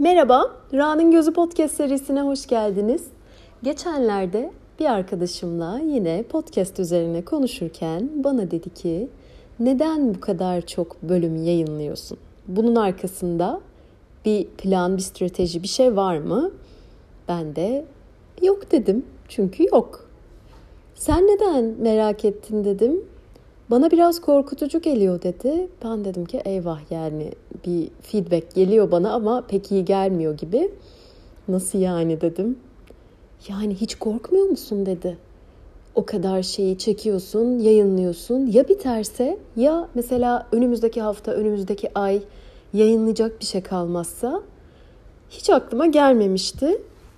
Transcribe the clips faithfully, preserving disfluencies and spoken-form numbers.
Merhaba, Ra'nın Gözü Podcast serisine hoş geldiniz. Geçenlerde bir arkadaşımla yine podcast üzerine konuşurken bana dedi ki, neden bu kadar çok bölüm yayınlıyorsun? Bunun arkasında bir plan, bir strateji, bir şey var mı? Ben de yok dedim, çünkü yok. Sen neden merak ettin dedim. Bana biraz korkutucu geliyor dedi. Ben dedim ki eyvah, yani bir feedback geliyor bana ama pek iyi gelmiyor gibi. Nasıl yani dedim. Yani hiç korkmuyor musun dedi. O kadar şeyi çekiyorsun, yayınlıyorsun. Ya biterse, ya mesela önümüzdeki hafta, önümüzdeki ay yayınlayacak bir şey kalmazsa? Hiç aklıma gelmemişti.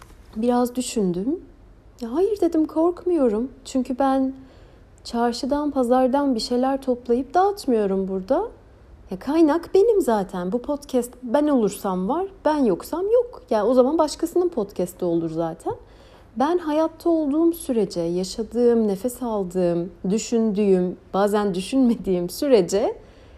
Biraz düşündüm. Ya hayır dedim, korkmuyorum. Çünkü ben çarşıdan, pazardan bir şeyler toplayıp dağıtmıyorum burada. Ya kaynak benim zaten. Bu podcast ben olursam var, ben yoksam yok. Yani o zaman başkasının podcast'i olur zaten. Ben hayatta olduğum sürece, yaşadığım, nefes aldığım, düşündüğüm, bazen düşünmediğim sürece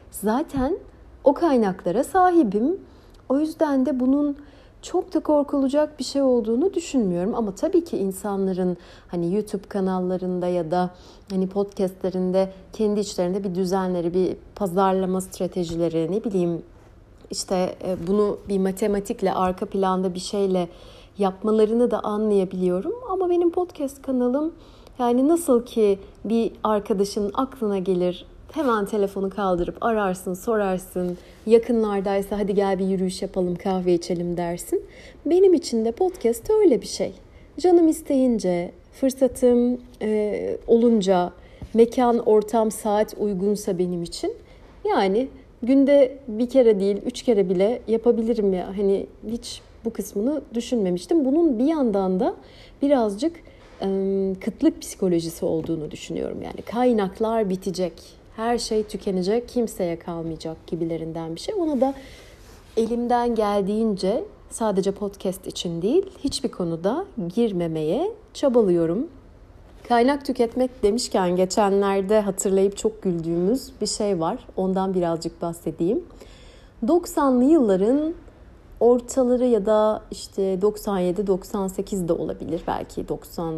zaten o kaynaklara sahibim. O yüzden de bunun çok da korkulacak bir şey olduğunu düşünmüyorum. Ama tabii ki insanların hani YouTube kanallarında ya da hani podcastlerinde kendi içlerinde bir düzenleri, bir pazarlama stratejileri, ne bileyim işte bunu bir matematikle, arka planda bir şeyle yapmalarını da anlayabiliyorum. Ama benim podcast kanalım, yani nasıl ki bir arkadaşın aklına gelir, hemen telefonu kaldırıp ararsın, sorarsın. Yakınlardaysa hadi gel bir yürüyüş yapalım, kahve içelim dersin. Benim için de podcast öyle bir şey. Canım isteyince, fırsatım e, olunca, mekan, ortam, saat uygunsa benim için. Yani günde bir kere değil, üç kere bile yapabilirim ya. Hani hiç bu kısmını düşünmemiştim. Bunun bir yandan da birazcık e, kıtlık psikolojisi olduğunu düşünüyorum. Yani kaynaklar bitecek. Her şey tükenecek, kimseye kalmayacak gibilerinden bir şey. Ona da elimden geldiğince sadece podcast için değil, hiçbir konuda girmemeye çabalıyorum. Kaynak tüketmek demişken geçenlerde hatırlayıp çok güldüğümüz bir şey var. Ondan birazcık bahsedeyim. doksanlı yılların ortaları ya da işte doksan yedi doksan sekiz de olabilir. Belki doksan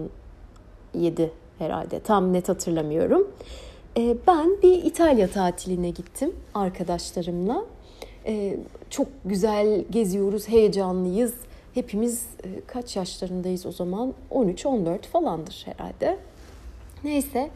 yedi herhalde. Tam net hatırlamıyorum. Ben bir İtalya tatiline gittim arkadaşlarımla. Çok güzel geziyoruz, heyecanlıyız. Hepimiz kaç yaşlarındayız o zaman? on üç on dört falandır herhalde. Neyse.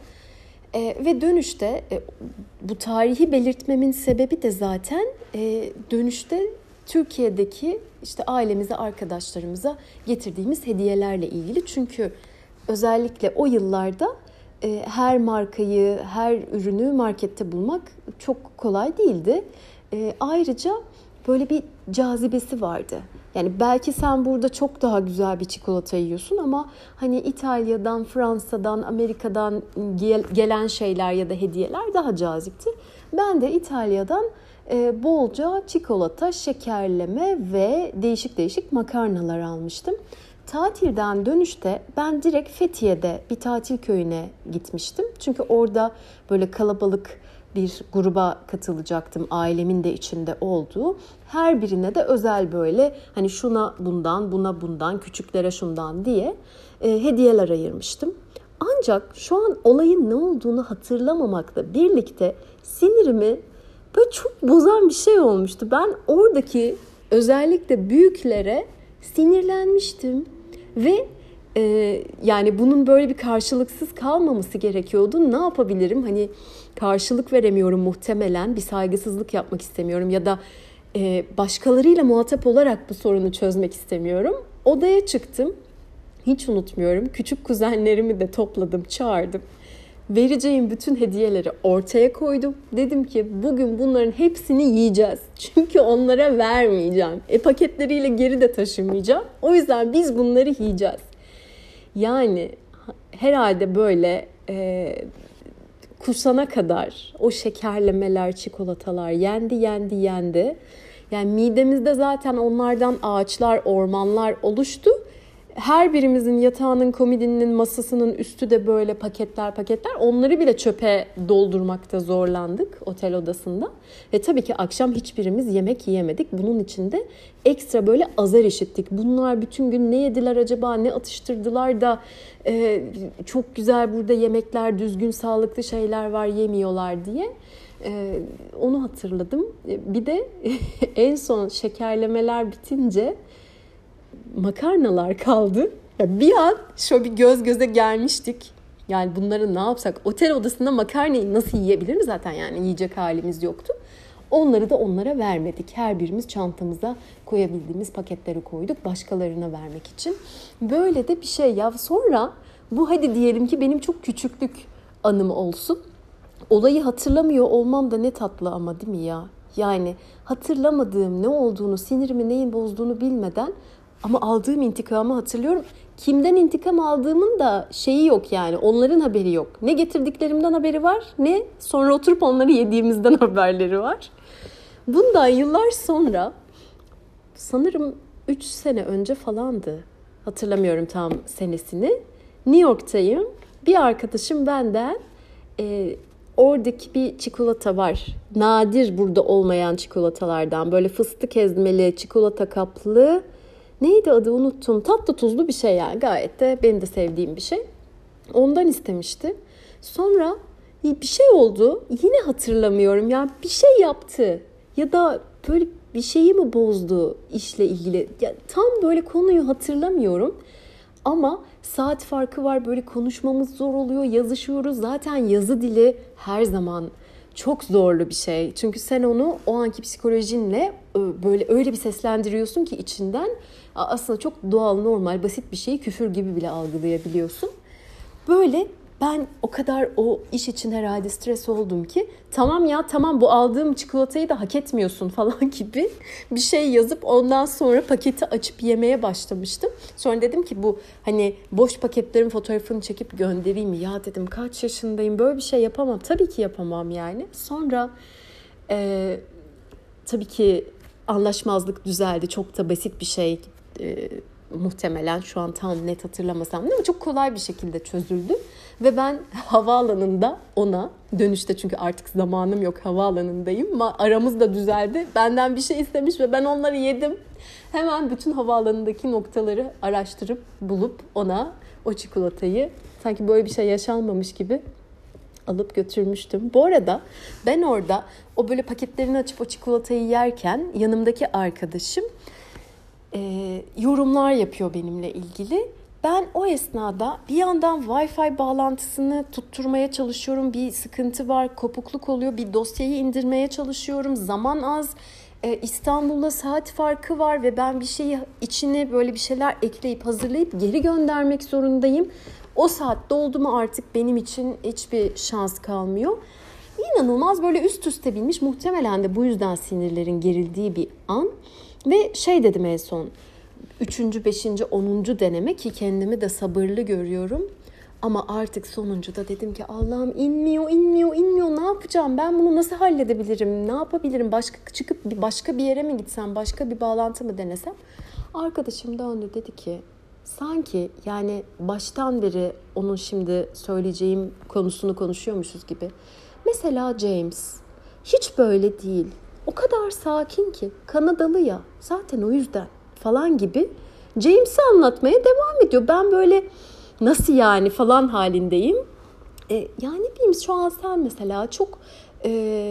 Ve dönüşte bu tarihi belirtmemin sebebi de zaten dönüşte Türkiye'deki işte ailemize, arkadaşlarımıza getirdiğimiz hediyelerle ilgili. Çünkü özellikle o yıllarda her markayı, her ürünü markette bulmak çok kolay değildi. E, ayrıca böyle bir cazibesi vardı. Yani belki sen burada çok daha güzel bir çikolata yiyorsun ama hani İtalya'dan, Fransa'dan, Amerika'dan gel- gelen şeyler ya da hediyeler daha cazipti. Ben de İtalya'dan e, bolca çikolata, şekerleme ve değişik değişik makarnalar almıştım. Tatilden dönüşte ben direkt Fethiye'de bir tatil köyüne gitmiştim. Çünkü orada böyle kalabalık bir gruba katılacaktım, ailemin de içinde olduğu. Her birine de özel böyle hani şuna bundan, buna bundan, küçüklere şundan diye e, hediyeler ayırmıştım. Ancak şu an olayın ne olduğunu hatırlamamakla birlikte sinirimi böyle çok bozan bir şey olmuştu. Ben oradaki özellikle büyüklere sinirlenmiştim ve e, yani bunun böyle bir karşılıksız kalmaması gerekiyordu. Ne yapabilirim? Hani karşılık veremiyorum muhtemelen, bir saygısızlık yapmak istemiyorum ya da e, başkalarıyla muhatap olarak bu sorunu çözmek istemiyorum. Odaya çıktım, hiç unutmuyorum. Küçük kuzenlerimi de topladım, çağırdım. Vereceğim bütün hediyeleri ortaya koydum. Dedim ki bugün bunların hepsini yiyeceğiz. Çünkü onlara vermeyeceğim. E paketleriyle geri de taşımayacağım. O yüzden biz bunları yiyeceğiz. Yani herhalde böyle e, kusana kadar o şekerlemeler, çikolatalar yendi, yendi, yendi. Yani midemizde zaten onlardan ağaçlar, ormanlar oluştu. Her birimizin yatağının, komodinin, masasının üstü de böyle paketler paketler. Onları bile çöpe doldurmakta zorlandık otel odasında. Ve tabii ki akşam hiçbirimiz yemek yiyemedik. Bunun için de ekstra böyle azar işittik. Bunlar bütün gün ne yediler acaba, ne atıştırdılar da e, çok güzel burada yemekler, düzgün, sağlıklı şeyler var, yemiyorlar diye. E, onu hatırladım. Bir de en son şekerlemeler bitince makarnalar kaldı. Ya bir an şöyle bir göz göze gelmiştik. Yani bunları ne yapsak? Otel odasında makarnayı nasıl yiyebilir zaten, yani yiyecek halimiz yoktu. Onları da onlara vermedik. Her birimiz çantamıza koyabildiğimiz paketleri koyduk başkalarına vermek için. Böyle de bir şey ya. Sonra bu, hadi diyelim ki benim çok küçüklük anım olsun. Olayı hatırlamıyor olmam da ne tatlı ama, değil mi ya? Yani hatırlamadığım ne olduğunu, sinirimi neyin bozduğunu bilmeden ama aldığım intikamı hatırlıyorum. Kimden intikam aldığımın da şeyi yok yani. Onların haberi yok. Ne getirdiklerimden haberi var, ne sonra oturup onları yediğimizden haberleri var. Bundan yıllar sonra, sanırım üç sene önce falandı. Hatırlamıyorum tam senesini. New York'tayım. Bir arkadaşım benden e, oradaki bir çikolata var. Nadir burada olmayan çikolatalardan. Böyle fıstık ezmeli, çikolata kaplı. Neydi adı, unuttum. Tatlı tuzlu bir şey yani. Gayet de benim de sevdiğim bir şey. Ondan istemişti. Sonra bir şey oldu. Yine hatırlamıyorum. Yani bir şey yaptı. Ya da böyle bir şeyi mi bozdu işle ilgili. Ya tam böyle konuyu hatırlamıyorum. Ama saat farkı var. Böyle konuşmamız zor oluyor. Yazışıyoruz. Zaten yazı dili her zaman çok zorlu bir şey. Çünkü sen onu o anki psikolojinle böyle öyle bir seslendiriyorsun ki içinden aslında çok doğal, normal, basit bir şeyi küfür gibi bile algılayabiliyorsun. Böyle ben o kadar o iş için herhalde stres oldum ki tamam ya tamam bu aldığım çikolatayı da hak etmiyorsun falan gibi bir şey yazıp ondan sonra paketi açıp yemeye başlamıştım. Sonra dedim ki bu hani boş paketlerin fotoğrafını çekip göndereyim. Ya dedim kaç yaşındayım, böyle bir şey yapamam. Tabii ki yapamam yani. Sonra e, tabii ki anlaşmazlık düzeldi. Çok da basit bir şey. E, muhtemelen şu an tam net hatırlamasam ama çok kolay bir şekilde çözüldü. Ve ben havaalanında ona dönüşte, çünkü artık zamanım yok, havaalanındayım. Aramız da düzeldi. Benden bir şey istemiş ve ben onları yedim. Hemen bütün havaalanındaki noktaları araştırıp bulup ona o çikolatayı sanki böyle bir şey yaşanmamış gibi alıp götürmüştüm. Bu arada ben orada o böyle paketlerini açıp o çikolatayı yerken yanımdaki arkadaşım e, yorumlar yapıyor benimle ilgili. Ben o esnada bir yandan Wi-Fi bağlantısını tutturmaya çalışıyorum. Bir sıkıntı var, kopukluk oluyor. Bir dosyayı indirmeye çalışıyorum. Zaman az. Ee, İstanbul'da saat farkı var ve ben bir şeyi içine böyle bir şeyler ekleyip hazırlayıp geri göndermek zorundayım. O saat doldu mu artık benim için hiçbir şans kalmıyor. İnanılmaz böyle üst üste binmiş. Muhtemelen de bu yüzden sinirlerin gerildiği bir an. Ve şey dedim en son. Üçüncü, beşinci, onuncu deneme ki kendimi de sabırlı görüyorum. Ama artık sonuncuda dedim ki Allah'ım inmiyor, inmiyor, inmiyor. Ne yapacağım? Ben bunu nasıl halledebilirim? Ne yapabilirim? Başka çıkıp bir başka bir yere mi gitsem? Başka bir bağlantı mı denesem? Arkadaşım döndü dedi ki sanki yani baştan beri onun şimdi söyleyeceğim konusunu konuşuyormuşuz gibi. Mesela James hiç böyle değil. O kadar sakin ki, Kanadalı ya zaten o yüzden falan gibi James'i anlatmaya devam ediyor. Ben böyle nasıl yani falan halindeyim. E, yani ne bileyim şu an sen mesela çok e,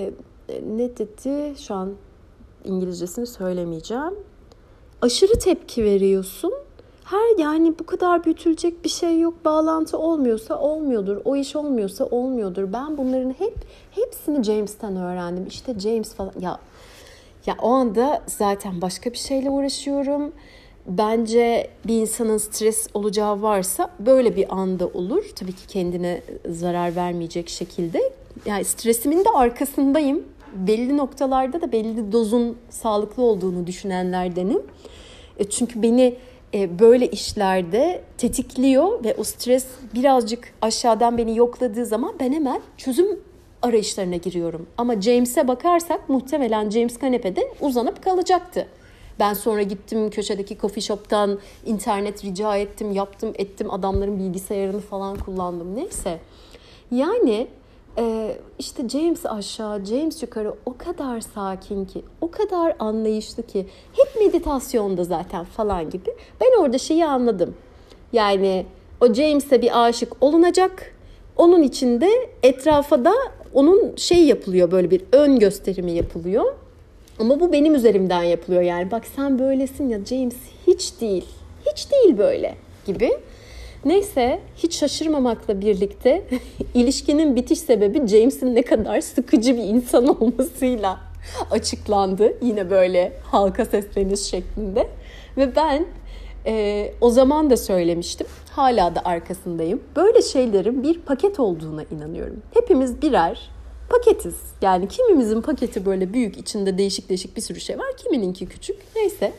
ne dedi şu an İngilizcesini söylemeyeceğim. Aşırı tepki veriyorsun. Her yani bu kadar büyütülecek bir şey yok. Bağlantı olmuyorsa olmuyordur. O iş olmuyorsa olmuyordur. Ben bunların hep hepsini James'ten öğrendim. İşte James falan ya ya o anda zaten başka bir şeyle uğraşıyorum. Bence bir insanın stres olacağı varsa böyle bir anda olur. Tabii ki kendine zarar vermeyecek şekilde. Yani stresimin de arkasındayım. Belli noktalarda da belli dozun sağlıklı olduğunu düşünenlerdenim. Çünkü beni böyle işlerde tetikliyor ve o stres birazcık aşağıdan beni yokladığı zaman ben hemen çözüm arayışlarına giriyorum. Ama James'e bakarsak muhtemelen James kanepede uzanıp kalacaktı. Ben sonra gittim köşedeki coffee shop'tan internet rica ettim, yaptım, ettim. Adamların bilgisayarını falan kullandım. Neyse. Yani e, işte James aşağı, James yukarı o kadar sakin ki, o kadar anlayışlı ki. Hep meditasyonda zaten falan gibi. Ben orada şeyi anladım. Yani o James'e bir aşık olunacak. Onun için de etrafa da onun şey yapılıyor, böyle bir ön gösterimi yapılıyor. Ama bu benim üzerimden yapılıyor yani. Bak sen böylesin ya, James hiç değil. Hiç değil böyle gibi. Neyse, hiç şaşırmamakla birlikte ilişkinin bitiş sebebi James'in ne kadar sıkıcı bir insan olmasıyla açıklandı. Yine böyle halka sesleniş şeklinde. Ve ben e, o zaman da söylemiştim. Hala da arkasındayım. Böyle şeylerin bir paket olduğuna inanıyorum. Hepimiz birer paketiz. Yani kimimizin paketi böyle büyük, içinde değişik değişik bir sürü şey var. Kimininki küçük. Neyse.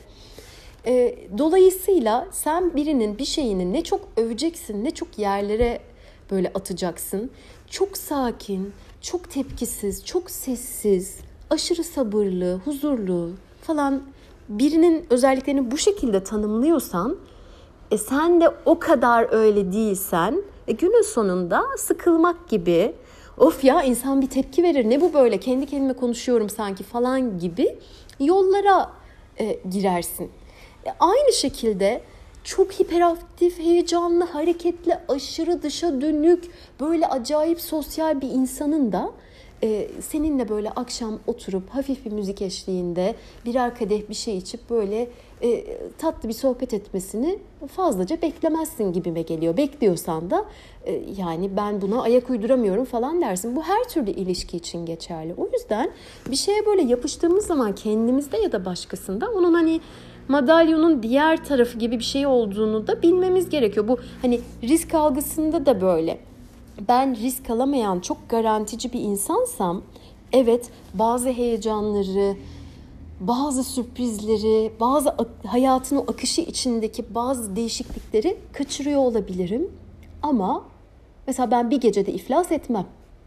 E, dolayısıyla sen birinin bir şeyini ne çok öveceksin, ne çok yerlere böyle atacaksın. Çok sakin, çok tepkisiz, çok sessiz, aşırı sabırlı, huzurlu falan birinin özelliklerini bu şekilde tanımlıyorsan, e, sen de o kadar öyle değilsen, e, günün sonunda sıkılmak gibi, of ya insan bir tepki verir, ne bu böyle, kendi kendime konuşuyorum sanki falan gibi yollara e, girersin. E, aynı şekilde çok hiperaktif, heyecanlı, hareketli, aşırı dışa dönük, böyle acayip sosyal bir insanın da e, seninle böyle akşam oturup hafif bir müzik eşliğinde birer kadeh bir şey içip böyle e, tatlı bir sohbet etmesini fazlaca beklemezsin gibime geliyor. Bekliyorsan da e, yani ben buna ayak uyduramıyorum falan dersin. Bu her türlü ilişki için geçerli. O yüzden bir şeye böyle yapıştığımız zaman kendimizde ya da başkasında onun hani madalyonun diğer tarafı gibi bir şey olduğunu da bilmemiz gerekiyor. Bu hani risk algısında da böyle. Ben risk alamayan, çok garantici bir insansam, evet bazı heyecanları, bazı sürprizleri, bazı hayatın o akışı içindeki bazı değişiklikleri kaçırıyor olabilirim. Ama mesela ben bir gecede iflas etmem.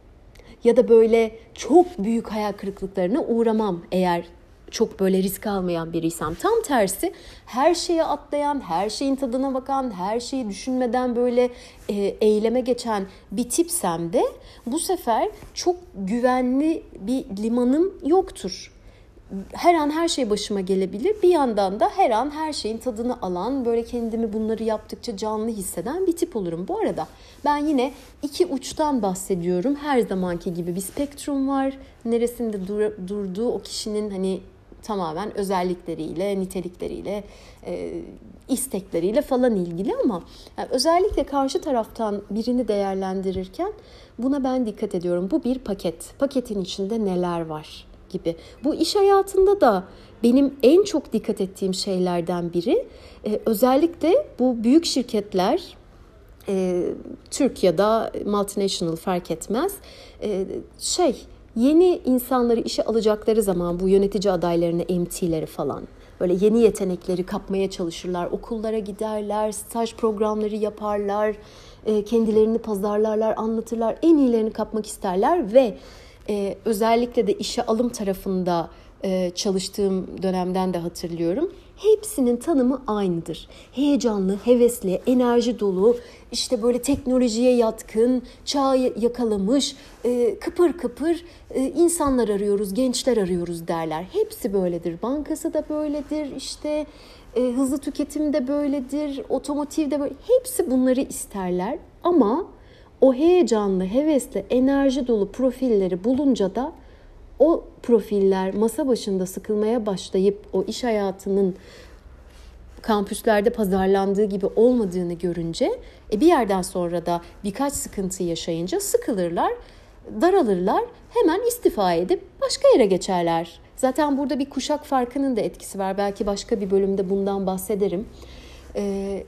Ya da böyle çok büyük hayal kırıklıklarına uğramam eğer çok böyle risk almayan biriysem. Tam tersi, her şeye atlayan, her şeyin tadına bakan, her şeyi düşünmeden böyle e, eyleme geçen bir tipsem de bu sefer çok güvenli bir limanım yoktur. Her an her şey başıma gelebilir. Bir yandan da her an her şeyin tadını alan, böyle kendimi bunları yaptıkça canlı hisseden bir tip olurum. Bu arada ben yine iki uçtan bahsediyorum. Her zamanki gibi bir spektrum var. Neresinde dur- durduğu o kişinin hani tamamen özellikleriyle, nitelikleriyle, e, istekleriyle falan ilgili ama yani özellikle karşı taraftan birini değerlendirirken buna ben dikkat ediyorum. Bu bir paket. Paketin içinde neler var gibi. Bu iş hayatında da benim en çok dikkat ettiğim şeylerden biri. E, özellikle bu büyük şirketler, e, Türkiye'de multinational fark etmez. E, şey Yeni insanları işe alacakları zaman bu yönetici adaylarını, M T'leri falan böyle yeni yetenekleri kapmaya çalışırlar. Okullara giderler, staj programları yaparlar, kendilerini pazarlarlar, anlatırlar. En iyilerini kapmak isterler ve özellikle de işe alım tarafında çalıştığım dönemden de hatırlıyorum. Hepsinin tanımı aynıdır. Heyecanlı, hevesli, enerji dolu, işte böyle teknolojiye yatkın, çağı yakalamış, kıpır kıpır insanlar arıyoruz, gençler arıyoruz derler. Hepsi böyledir. Bankası da böyledir, işte hızlı tüketim de böyledir, otomotiv de böyle. Hepsi bunları isterler ama o heyecanlı, hevesli, enerji dolu profilleri bulunca da o profiller masa başında sıkılmaya başlayıp o iş hayatının kampüslerde pazarlandığı gibi olmadığını görünce e bir yerden sonra da birkaç sıkıntı yaşayınca sıkılırlar, daralırlar, hemen istifa edip başka yere geçerler. Zaten burada bir kuşak farkının da etkisi var. Belki başka bir bölümde bundan bahsederim. Ee,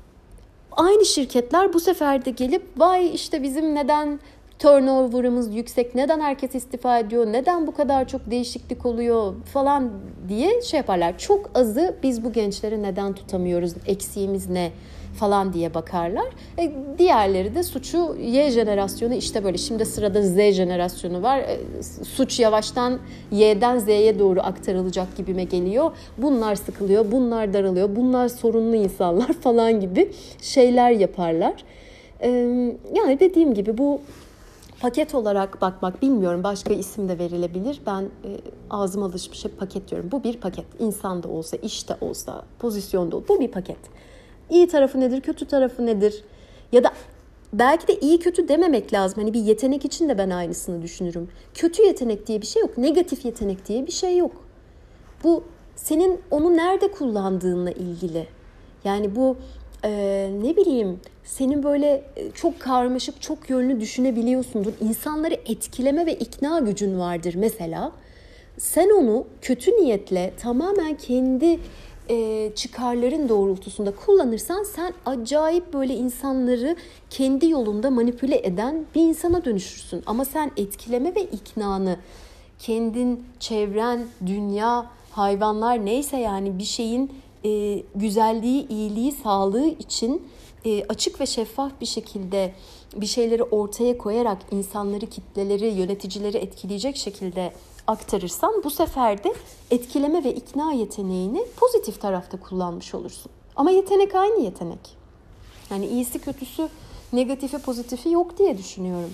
aynı şirketler bu sefer de gelip vay işte bizim neden turnover'ımız yüksek, neden herkes istifa ediyor, neden bu kadar çok değişiklik oluyor falan diye şey yaparlar. Çok azı biz bu gençleri neden tutamıyoruz, eksiğimiz ne falan diye bakarlar. E, diğerleri de suçu Y jenerasyonu işte böyle. Şimdi sırada Z jenerasyonu var. E, suç yavaştan Y'den Z'ye doğru aktarılacak gibime geliyor. Bunlar sıkılıyor, bunlar daralıyor, bunlar sorunlu insanlar falan gibi şeyler yaparlar. E, yani dediğim gibi bu paket olarak bakmak, bilmiyorum, başka isim de verilebilir. Ben e, ağzıma alışmış hep paket diyorum. Bu bir paket. İnsan da olsa, iş de olsa, pozisyonda olsa bu bir paket. İyi tarafı nedir, kötü tarafı nedir? Ya da belki de iyi kötü dememek lazım. Hani bir yetenek için de ben aynısını düşünürüm. Kötü yetenek diye bir şey yok. Negatif yetenek diye bir şey yok. Bu senin onu nerede kullandığınla ilgili. Yani bu e, ne bileyim senin böyle çok karmaşık, çok yönlü düşünebiliyorsundur. İnsanları etkileme ve ikna gücün vardır mesela. Sen onu kötü niyetle tamamen kendi e, çıkarların doğrultusunda kullanırsan sen acayip böyle insanları kendi yolunda manipüle eden bir insana dönüşürsün. Ama sen etkileme ve iknanı kendin, çevren, dünya, hayvanlar neyse yani bir şeyin e, güzelliği, iyiliği, sağlığı için e, açık ve şeffaf bir şekilde bir şeyleri ortaya koyarak insanları, kitleleri, yöneticileri etkileyecek şekilde aktarırsan bu sefer de etkileme ve ikna yeteneğini pozitif tarafta kullanmış olursun. Ama yetenek aynı yetenek. Yani iyisi kötüsü, negatifi pozitifi yok diye düşünüyorum.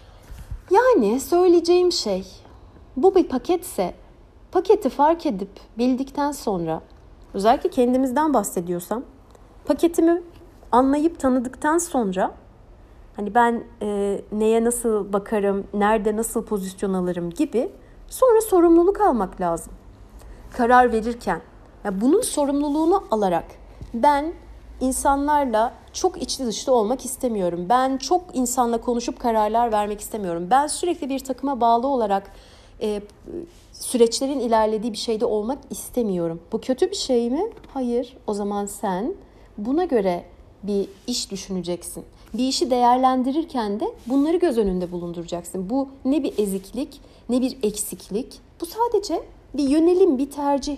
Yani söyleyeceğim şey, bu bir paketse paketi fark edip bildikten sonra, özellikle kendimizden bahsediyorsam, paketimi anlayıp tanıdıktan sonra hani ben e, neye nasıl bakarım, nerede nasıl pozisyon alırım gibi sonra sorumluluk almak lazım. Karar verirken ya bunun sorumluluğunu alarak ben insanlarla çok içli dışlı olmak istemiyorum. Ben çok insanla konuşup kararlar vermek istemiyorum. Ben sürekli bir takıma bağlı olarak e, süreçlerin ilerlediği bir şeyde olmak istemiyorum. Bu kötü bir şey mi? Hayır. O zaman sen buna göre bir iş düşüneceksin. Bir işi değerlendirirken de bunları göz önünde bulunduracaksın. Bu ne bir eziklik, ne bir eksiklik. Bu sadece bir yönelim, bir tercih.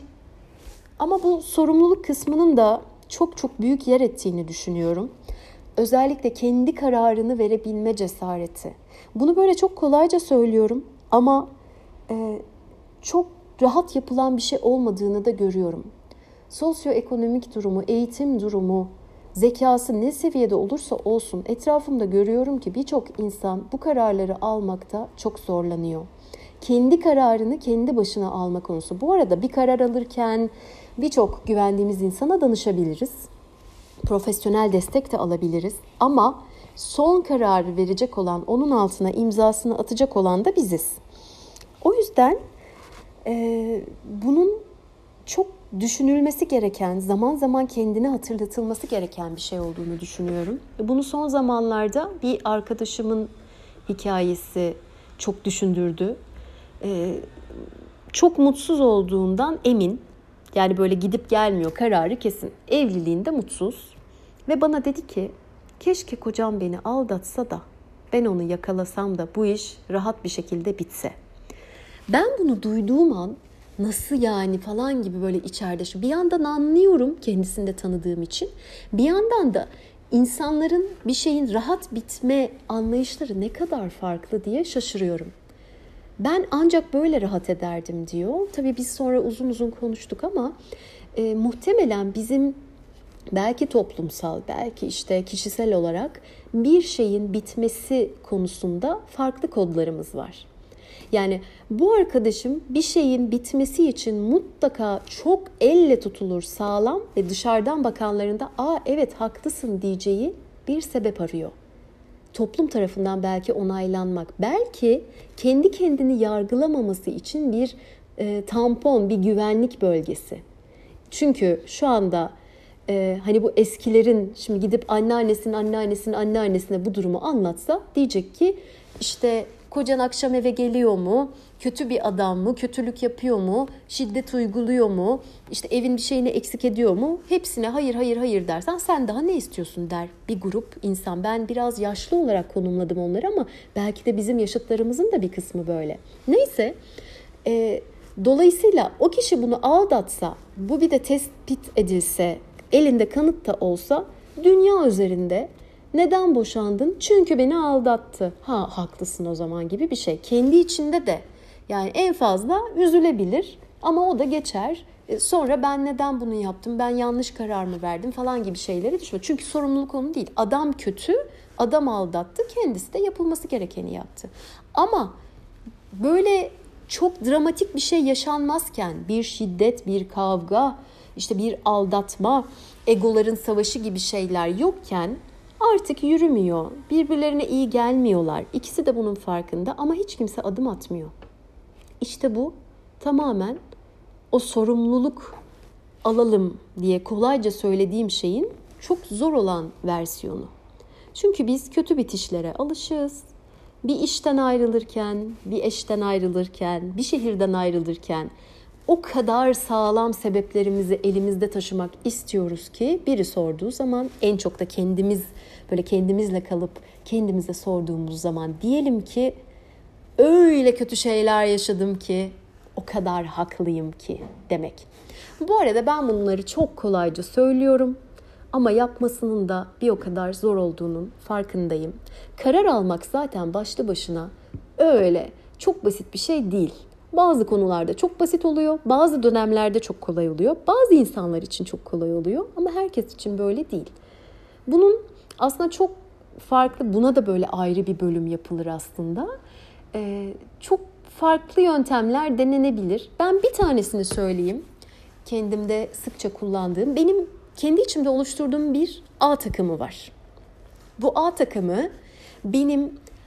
Ama bu sorumluluk kısmının da çok çok büyük yer ettiğini düşünüyorum. Özellikle kendi kararını verebilme cesareti. Bunu böyle çok kolayca söylüyorum ama e, çok rahat yapılan bir şey olmadığını da görüyorum. Sosyoekonomik durumu, eğitim durumu, zekası ne seviyede olursa olsun etrafımda görüyorum ki birçok insan bu kararları almakta çok zorlanıyor. Kendi kararını kendi başına alma konusu. Bu arada bir karar alırken birçok güvendiğimiz insana danışabiliriz. Profesyonel destek de alabiliriz. Ama son kararı verecek olan, onun altına imzasını atacak olan da biziz. O yüzden e, bunun çok düşünülmesi gereken, zaman zaman kendine hatırlatılması gereken bir şey olduğunu düşünüyorum. Bunu son zamanlarda bir arkadaşımın hikayesi çok düşündürdü. Ee, çok mutsuz olduğundan emin. Yani böyle gidip gelmiyor, kararı kesin. Evliliğinde mutsuz. Ve bana dedi ki, keşke kocam beni aldatsa da ben onu yakalasam da bu iş rahat bir şekilde bitse. Ben bunu duyduğum an nasıl yani falan gibi böyle içeride şu bir yandan anlıyorum kendisini de tanıdığım için. Bir yandan da insanların bir şeyin rahat bitme anlayışları ne kadar farklı diye şaşırıyorum. Ben ancak böyle rahat ederdim diyor. Tabii biz sonra uzun uzun konuştuk ama e, muhtemelen bizim belki toplumsal, belki işte kişisel olarak bir şeyin bitmesi konusunda farklı kodlarımız var. Yani bu arkadaşım bir şeyin bitmesi için mutlaka çok elle tutulur, sağlam ve dışarıdan bakanların da "Aa evet haklısın" diyeceği bir sebep arıyor. Toplum tarafından belki onaylanmak, belki kendi kendini yargılamaması için bir e, tampon, bir güvenlik bölgesi. Çünkü şu anda e, hani bu eskilerin şimdi gidip anneannesinin anneannesinin anneannesine bu durumu anlatsa diyecek ki işte kocan akşam eve geliyor mu? Kötü bir adam mı? Kötülük yapıyor mu? Şiddet uyguluyor mu? İşte evin bir şeyini eksik ediyor mu? Hepsine hayır hayır hayır dersen sen daha ne istiyorsun der bir grup insan. Ben biraz yaşlı olarak konumladım onları ama belki de bizim yaşıtlarımızın da bir kısmı böyle. Neyse e, dolayısıyla o kişi bunu aldatsa, bu bir de tespit edilse, elinde kanıt da olsa dünya üzerinde neden boşandın? Çünkü beni aldattı. Ha, haklısın o zaman gibi bir şey. Kendi içinde de yani en fazla üzülebilir ama o da geçer. Sonra ben neden bunu yaptım? Ben yanlış karar mı verdim falan gibi şeyleri düşünüyor. Çünkü sorumluluk onun değil. Adam kötü, adam aldattı. Kendisi de yapılması gerekeni yaptı. Ama böyle çok dramatik bir şey yaşanmazken, bir şiddet, bir kavga, işte bir aldatma, egoların savaşı gibi şeyler yokken artık yürümüyor. Birbirlerine iyi gelmiyorlar. İkisi de bunun farkında ama hiç kimse adım atmıyor. İşte bu tamamen o sorumluluk alalım diye kolayca söylediğim şeyin çok zor olan versiyonu. Çünkü biz kötü bitişlere alışığız. Bir işten ayrılırken, bir eşten ayrılırken, bir şehirden ayrılırken o kadar sağlam sebeplerimizi elimizde taşımak istiyoruz ki biri sorduğu zaman, en çok da kendimiz böyle kendimizle kalıp kendimize sorduğumuz zaman diyelim ki öyle kötü şeyler yaşadım ki o kadar haklıyım ki demek. Bu arada ben bunları çok kolayca söylüyorum ama yapmasının da bir o kadar zor olduğunun farkındayım. Karar almak zaten başlı başına öyle çok basit bir şey değil. Bazı konularda çok basit oluyor, bazı dönemlerde çok kolay oluyor, bazı insanlar için çok kolay oluyor ama herkes için böyle değil. Bunun aslında çok farklı, buna da böyle ayrı bir bölüm yapılır aslında. Ee, çok farklı yöntemler denenebilir. Ben bir tanesini söyleyeyim. Kendimde sıkça kullandığım, benim kendi içimde oluşturduğum bir A takımı var. Bu A takımı benim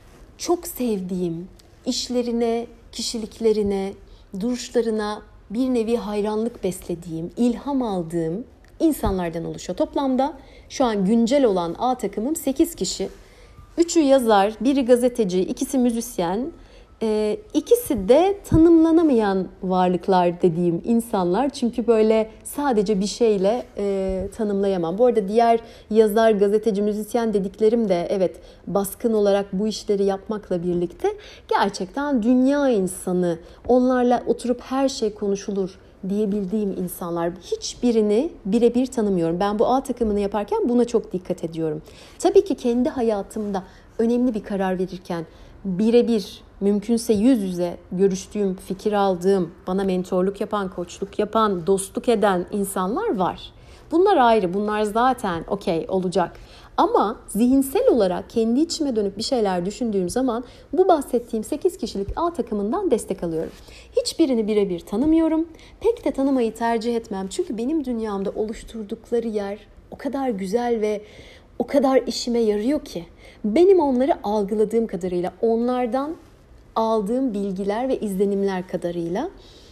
çok sevdiğim, işlerine, kişiliklerine, duruşlarına bir nevi hayranlık beslediğim, ilham aldığım insanlardan oluşuyor. Toplamda şu an güncel olan A takımım sekiz kişi. Üçü yazar, biri gazeteci, ikisi müzisyen, e, ikisi de tanımlanamayan varlıklar dediğim insanlar. Çünkü böyle sadece bir şeyle e, tanımlayamam. Bu arada diğer yazar, gazeteci, müzisyen dediklerim de evet baskın olarak bu işleri yapmakla birlikte gerçekten dünya insanı, onlarla oturup her şey konuşulur diyebildiğim insanlar. Hiçbirini birebir tanımıyorum. Ben bu A takımını yaparken buna çok dikkat ediyorum. Tabii ki kendi hayatımda önemli bir karar verirken birebir, mümkünse yüz yüze görüştüğüm, fikir aldığım, bana mentorluk yapan, koçluk yapan, dostluk eden insanlar var. Bunlar ayrı, bunlar zaten okey olacak. Ama zihinsel olarak kendi içime dönüp bir şeyler düşündüğüm zaman bu bahsettiğim sekiz kişilik A takımından destek alıyorum. Hiçbirini birebir tanımıyorum. Pek de tanımayı tercih etmem. Çünkü benim dünyamda oluşturdukları yer o kadar güzel ve o kadar işime yarıyor ki. Benim onları algıladığım kadarıyla, onlardan aldığım bilgiler ve izlenimler kadarıyla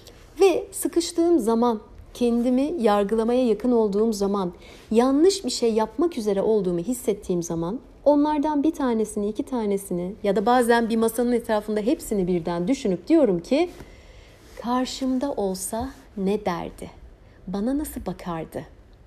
ve sıkıştığım zaman, kendimi yargılamaya yakın olduğum zaman, yanlış bir şey yapmak üzere olduğumu hissettiğim zaman onlardan bir tanesini, iki tanesini ya da bazen bir masanın etrafında hepsini birden düşünüp diyorum ki karşımda olsa ne derdi? Bana nasıl bakardı?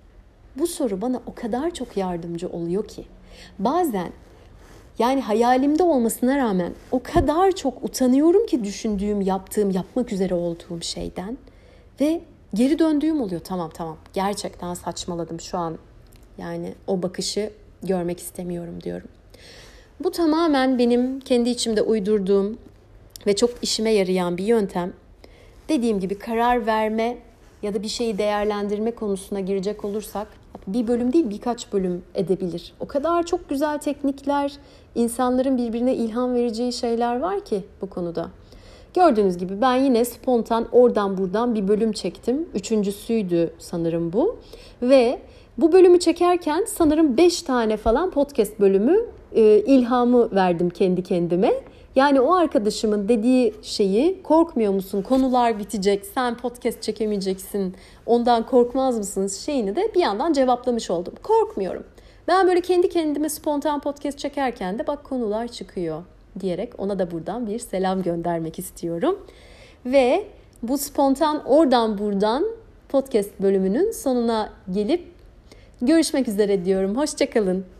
Bu soru bana o kadar çok yardımcı oluyor ki. Bazen yani hayalimde olmasına rağmen o kadar çok utanıyorum ki düşündüğüm, yaptığım, yapmak üzere olduğum şeyden ve geri döndüğüm oluyor. Tamam tamam gerçekten saçmaladım şu an. Yani o bakışı görmek istemiyorum diyorum. Bu tamamen benim kendi içimde uydurduğum ve çok işime yarayan bir yöntem. Dediğim gibi karar verme ya da bir şeyi değerlendirme konusuna girecek olursak bir bölüm değil birkaç bölüm edebilir. O kadar çok güzel teknikler, insanların birbirine ilham vereceği şeyler var ki bu konuda. Gördüğünüz gibi ben yine spontan oradan buradan bir bölüm çektim. Üçüncüsüydü sanırım bu. Ve bu bölümü çekerken sanırım beş tane falan podcast bölümü e, ilhamı verdim kendi kendime. Yani o arkadaşımın dediği şeyi, korkmuyor musun, konular bitecek, sen podcast çekemeyeceksin, ondan korkmaz mısınız şeyini de bir yandan cevaplamış oldum. Korkmuyorum. Ben böyle kendi kendime spontan podcast çekerken de bak konular çıkıyor diyerek ona da buradan bir selam göndermek istiyorum. Ve bu spontan oradan buradan podcast bölümünün sonuna gelip görüşmek üzere diyorum. Hoşça kalın.